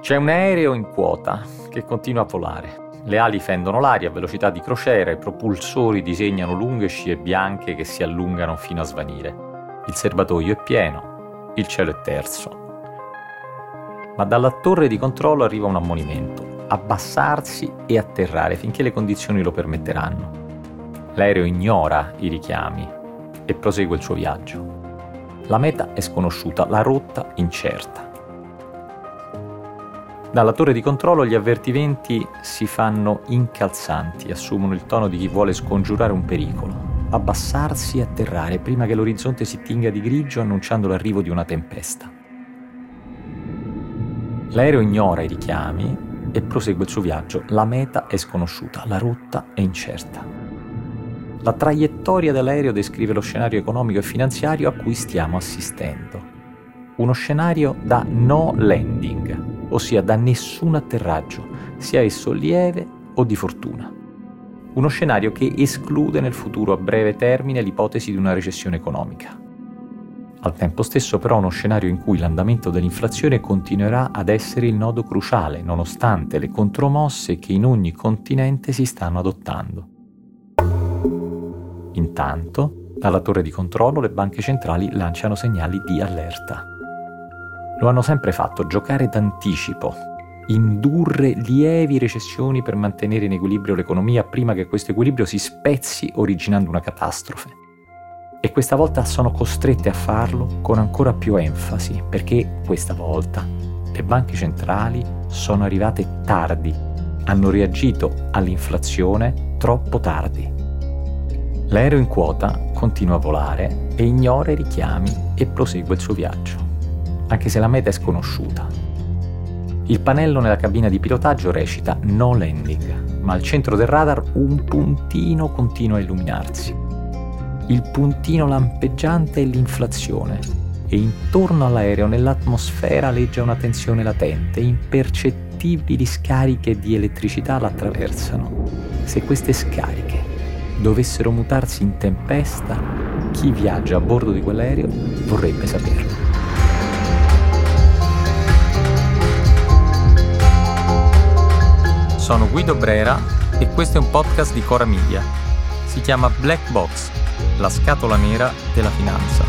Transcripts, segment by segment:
C'è un aereo in quota che continua a volare. Le ali fendono l'aria a velocità di crociera, i propulsori disegnano lunghe scie bianche che si allungano fino a svanire. Il serbatoio è pieno, il cielo è terso. Ma dalla torre di controllo arriva un ammonimento: abbassarsi e atterrare finché le condizioni lo permetteranno. L'aereo ignora i richiami e prosegue il suo viaggio. La meta è sconosciuta, la rotta incerta. Dalla torre di controllo gli avvertimenti si fanno incalzanti, assumono il tono di chi vuole scongiurare un pericolo. Abbassarsi e atterrare prima che l'orizzonte si tinga di grigio annunciando l'arrivo di una tempesta. L'aereo ignora i richiami e prosegue il suo viaggio. La meta è sconosciuta, la rotta è incerta. La traiettoria dell'aereo descrive lo scenario economico e finanziario a cui stiamo assistendo. Uno scenario da no landing, ossia da nessun atterraggio, sia esso lieve o di fortuna. Uno scenario che esclude nel futuro a breve termine l'ipotesi di una recessione economica. Al tempo stesso però uno scenario in cui l'andamento dell'inflazione continuerà ad essere il nodo cruciale, nonostante le contromosse che in ogni continente si stanno adottando. Intanto, dalla torre di controllo le banche centrali lanciano segnali di allerta. Lo hanno sempre fatto, giocare d'anticipo, indurre lievi recessioni per mantenere in equilibrio l'economia prima che questo equilibrio si spezzi originando una catastrofe. E questa volta sono costrette a farlo con ancora più enfasi, perché questa volta le banche centrali sono arrivate tardi, hanno reagito all'inflazione troppo tardi. L'aereo in quota continua a volare e ignora i richiami e prosegue il suo viaggio, anche se la meta è sconosciuta. Il pannello nella cabina di pilotaggio recita no landing, ma al centro del radar un puntino continua a illuminarsi. Il puntino lampeggiante è l'inflazione e intorno all'aereo nell'atmosfera aleggia una tensione latente, impercettibili scariche di elettricità l'attraversano. Se queste scariche dovessero mutarsi in tempesta, chi viaggia a bordo di quell'aereo vorrebbe saperlo. Sono Guido Brera e questo è un podcast di Cora Media. Si chiama Black Box, la scatola nera della finanza.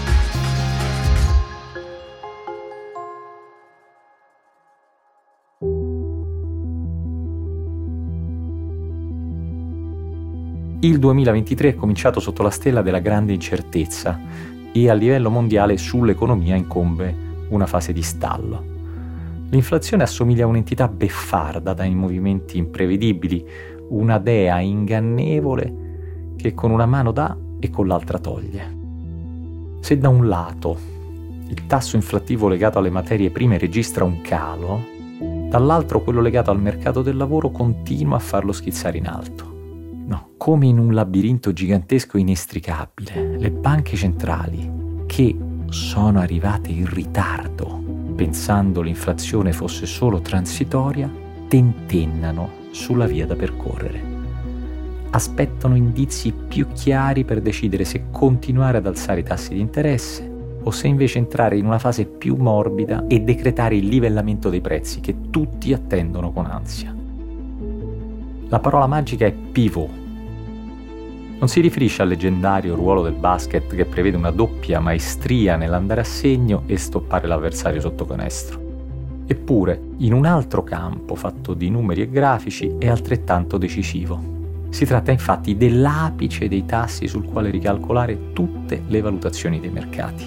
Il 2023 è cominciato sotto la stella della grande incertezza e a livello mondiale sull'economia incombe una fase di stallo. L'inflazione assomiglia a un'entità beffarda dai movimenti imprevedibili, una dea ingannevole che con una mano dà e con l'altra toglie. Se da un lato il tasso inflattivo legato alle materie prime registra un calo, dall'altro quello legato al mercato del lavoro continua a farlo schizzare in alto. No, come in un labirinto gigantesco e inestricabile, le banche centrali, che sono arrivate in ritardo, pensando l'inflazione fosse solo transitoria, tentennano sulla via da percorrere. Aspettano indizi più chiari per decidere se continuare ad alzare i tassi di interesse o se invece entrare in una fase più morbida e decretare il livellamento dei prezzi che tutti attendono con ansia. La parola magica è pivot. Non si riferisce al leggendario ruolo del basket che prevede una doppia maestria nell'andare a segno e stoppare l'avversario sotto canestro. Eppure, in un altro campo fatto di numeri e grafici è altrettanto decisivo. Si tratta infatti dell'apice dei tassi sul quale ricalcolare tutte le valutazioni dei mercati.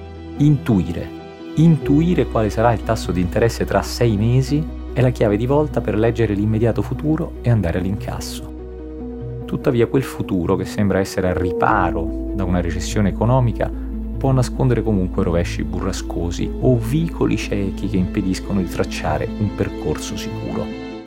Intuire quale sarà il tasso di interesse tra 6 mesi è la chiave di volta per leggere l'immediato futuro e andare all'incasso. Tuttavia quel futuro, che sembra essere al riparo da una recessione economica, può nascondere comunque rovesci burrascosi o vicoli ciechi che impediscono di tracciare un percorso sicuro.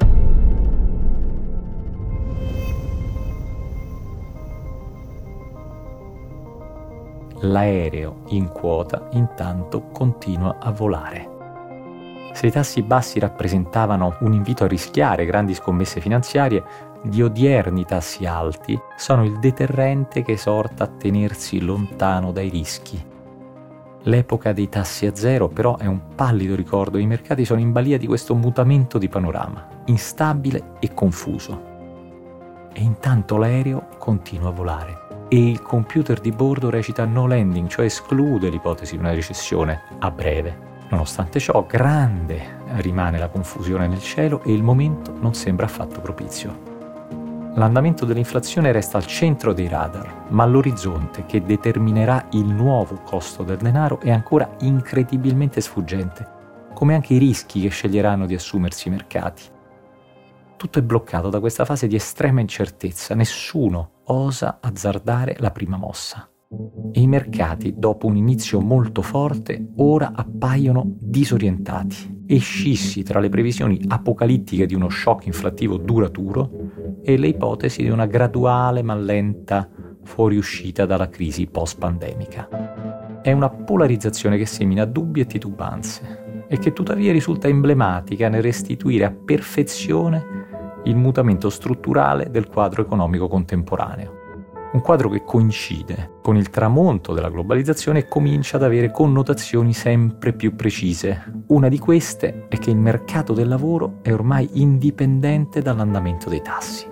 L'aereo in quota intanto continua a volare. Se i tassi bassi rappresentavano un invito a rischiare grandi scommesse finanziarie, gli odierni tassi alti sono il deterrente che esorta a tenersi lontano dai rischi. L'epoca dei tassi a zero però è un pallido ricordo, i mercati sono in balia di questo mutamento di panorama, instabile e confuso. E intanto l'aereo continua a volare e il computer di bordo recita no landing, cioè esclude l'ipotesi di una recessione a breve. Nonostante ciò, grande rimane la confusione nel cielo e il momento non sembra affatto propizio. L'andamento dell'inflazione resta al centro dei radar, ma l'orizzonte che determinerà il nuovo costo del denaro è ancora incredibilmente sfuggente, come anche i rischi che sceglieranno di assumersi i mercati. Tutto è bloccato da questa fase di estrema incertezza, nessuno osa azzardare la prima mossa. E i mercati, dopo un inizio molto forte, ora appaiono disorientati e scissi tra le previsioni apocalittiche di uno shock inflattivo duraturo e le ipotesi di una graduale ma lenta fuoriuscita dalla crisi post-pandemica. È una polarizzazione che semina dubbi e titubanze e che tuttavia risulta emblematica nel restituire a perfezione il mutamento strutturale del quadro economico contemporaneo. Un quadro che coincide con il tramonto della globalizzazione e comincia ad avere connotazioni sempre più precise. Una di queste è che il mercato del lavoro è ormai indipendente dall'andamento dei tassi.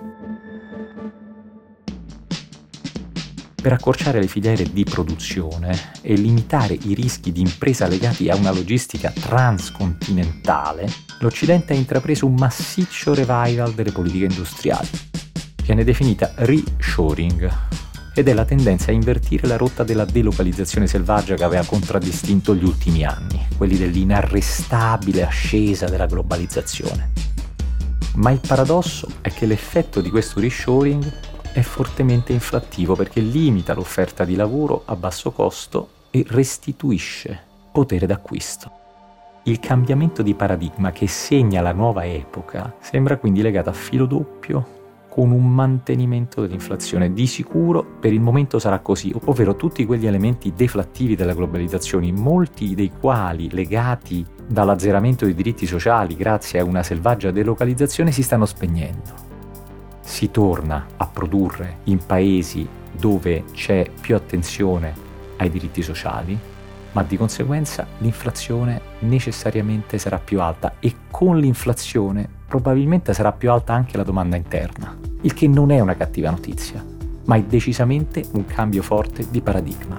Per accorciare le filiere di produzione e limitare i rischi di impresa legati a una logistica transcontinentale, l'Occidente ha intrapreso un massiccio revival delle politiche industriali. Viene definita reshoring ed è la tendenza a invertire la rotta della delocalizzazione selvaggia che aveva contraddistinto gli ultimi anni, quelli dell'inarrestabile ascesa della globalizzazione. Ma il paradosso è che l'effetto di questo reshoring è fortemente inflattivo perché limita l'offerta di lavoro a basso costo e restituisce potere d'acquisto. Il cambiamento di paradigma che segna la nuova epoca sembra quindi legato a filo doppio con un mantenimento dell'inflazione. Di sicuro per il momento sarà così, ovvero tutti quegli elementi deflattivi della globalizzazione, molti dei quali legati dall'azzeramento dei diritti sociali grazie a una selvaggia delocalizzazione, si stanno spegnendo. Si torna a produrre in paesi dove c'è più attenzione ai diritti sociali, ma di conseguenza l'inflazione necessariamente sarà più alta e con l'inflazione probabilmente sarà più alta anche la domanda interna, il che non è una cattiva notizia, ma è decisamente un cambio forte di paradigma.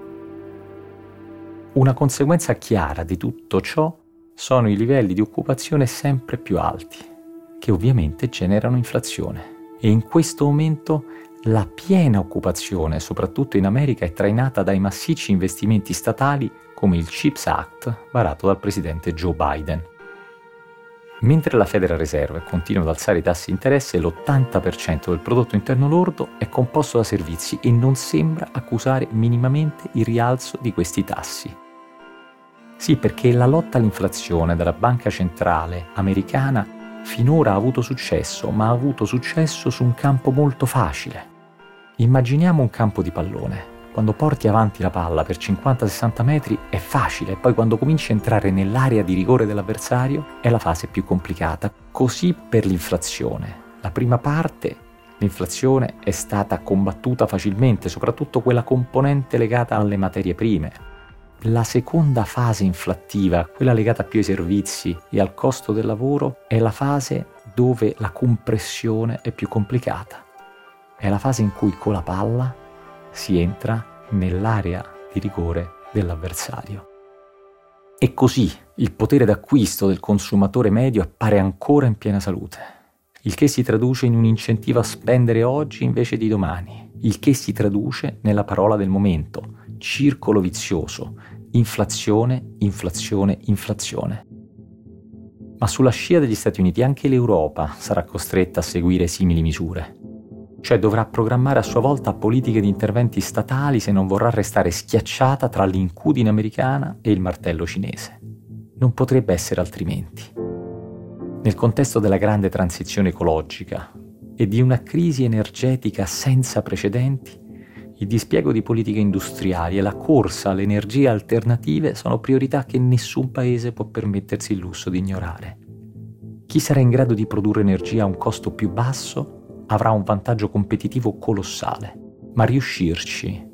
Una conseguenza chiara di tutto ciò sono i livelli di occupazione sempre più alti, che ovviamente generano inflazione. E in questo momento la piena occupazione, soprattutto in America, è trainata dai massicci investimenti statali come il CHIPS Act varato dal presidente Joe Biden. Mentre la Federal Reserve continua ad alzare i tassi di interesse, l'80% del prodotto interno lordo è composto da servizi e non sembra accusare minimamente il rialzo di questi tassi. Sì, perché la lotta all'inflazione della banca centrale americana finora ha avuto successo, ma ha avuto successo su un campo molto facile. Immaginiamo un campo di pallone. Quando porti avanti la palla per 50-60 metri è facile, poi quando cominci a entrare nell'area di rigore dell'avversario è la fase più complicata. Così per l'inflazione. La prima parte, l'inflazione è stata combattuta facilmente, soprattutto quella componente legata alle materie prime. La seconda fase inflattiva, quella legata più ai servizi e al costo del lavoro, è la fase dove la compressione è più complicata. È la fase in cui con la palla si entra nell'area di rigore dell'avversario. E così il potere d'acquisto del consumatore medio appare ancora in piena salute, il che si traduce in un incentivo a spendere oggi invece di domani, il che si traduce nella parola del momento, circolo vizioso, inflazione, inflazione, inflazione. Ma sulla scia degli Stati Uniti anche l'Europa sarà costretta a seguire simili misure. Cioè dovrà programmare a sua volta politiche di interventi statali se non vorrà restare schiacciata tra l'incudine americana e il martello cinese. Non potrebbe essere altrimenti. Nel contesto della grande transizione ecologica e di una crisi energetica senza precedenti, il dispiego di politiche industriali e la corsa alle energie alternative sono priorità che nessun paese può permettersi il lusso di ignorare. Chi sarà in grado di produrre energia a un costo più basso avrà un vantaggio competitivo colossale, ma riuscirci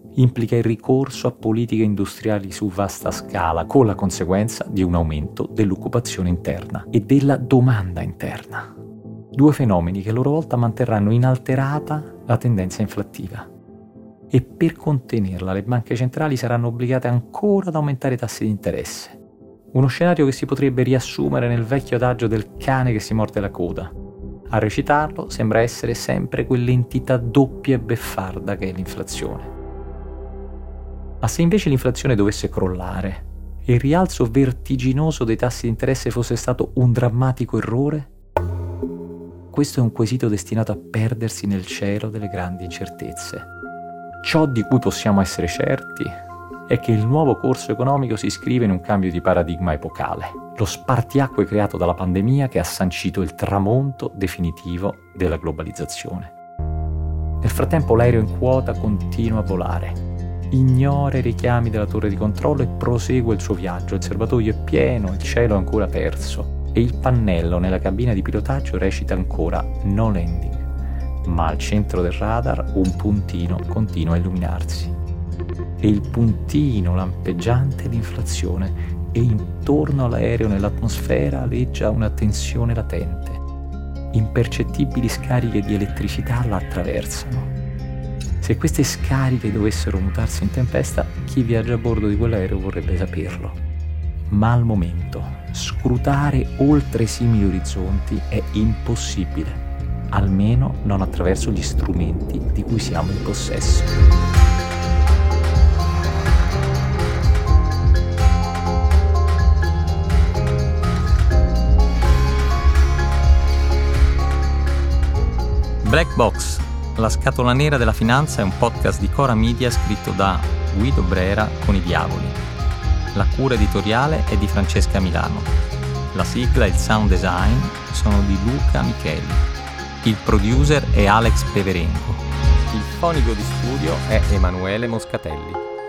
implica il ricorso a politiche industriali su vasta scala, con la conseguenza di un aumento dell'occupazione interna e della domanda interna. 2 fenomeni che a loro volta manterranno inalterata la tendenza inflattiva. E per contenerla le banche centrali saranno obbligate ancora ad aumentare i tassi di interesse. Uno scenario che si potrebbe riassumere nel vecchio adagio del cane che si morde la coda. A recitarlo sembra essere sempre quell'entità doppia e beffarda che è l'inflazione. Ma se invece l'inflazione dovesse crollare e il rialzo vertiginoso dei tassi di interesse fosse stato un drammatico errore? Questo è un quesito destinato a perdersi nel cielo delle grandi incertezze. Ciò di cui possiamo essere certi è che il nuovo corso economico si iscrive in un cambio di paradigma epocale, lo spartiacque creato dalla pandemia che ha sancito il tramonto definitivo della globalizzazione. Nel frattempo l'aereo in quota continua a volare, ignora i richiami della torre di controllo e prosegue il suo viaggio. Il serbatoio è pieno, il cielo è ancora perso e il pannello nella cabina di pilotaggio recita ancora no landing, ma al centro del radar un puntino continua a illuminarsi. E il puntino lampeggiante è l'inflazione e intorno all'aereo nell'atmosfera aleggia una tensione latente. Impercettibili scariche di elettricità la attraversano. Se queste scariche dovessero mutarsi in tempesta, chi viaggia a bordo di quell'aereo vorrebbe saperlo. Ma al momento scrutare oltre simili orizzonti è impossibile, almeno non attraverso gli strumenti di cui siamo in possesso. Black Box, la scatola nera della finanza, è un podcast di Cora Media scritto da Guido Brera con i Diavoli. La cura editoriale è di Francesca Milano. La sigla e il sound design sono di Luca Micheli. Il producer è Alex Peverengo. Il fonico di studio è Emanuele Moscatelli.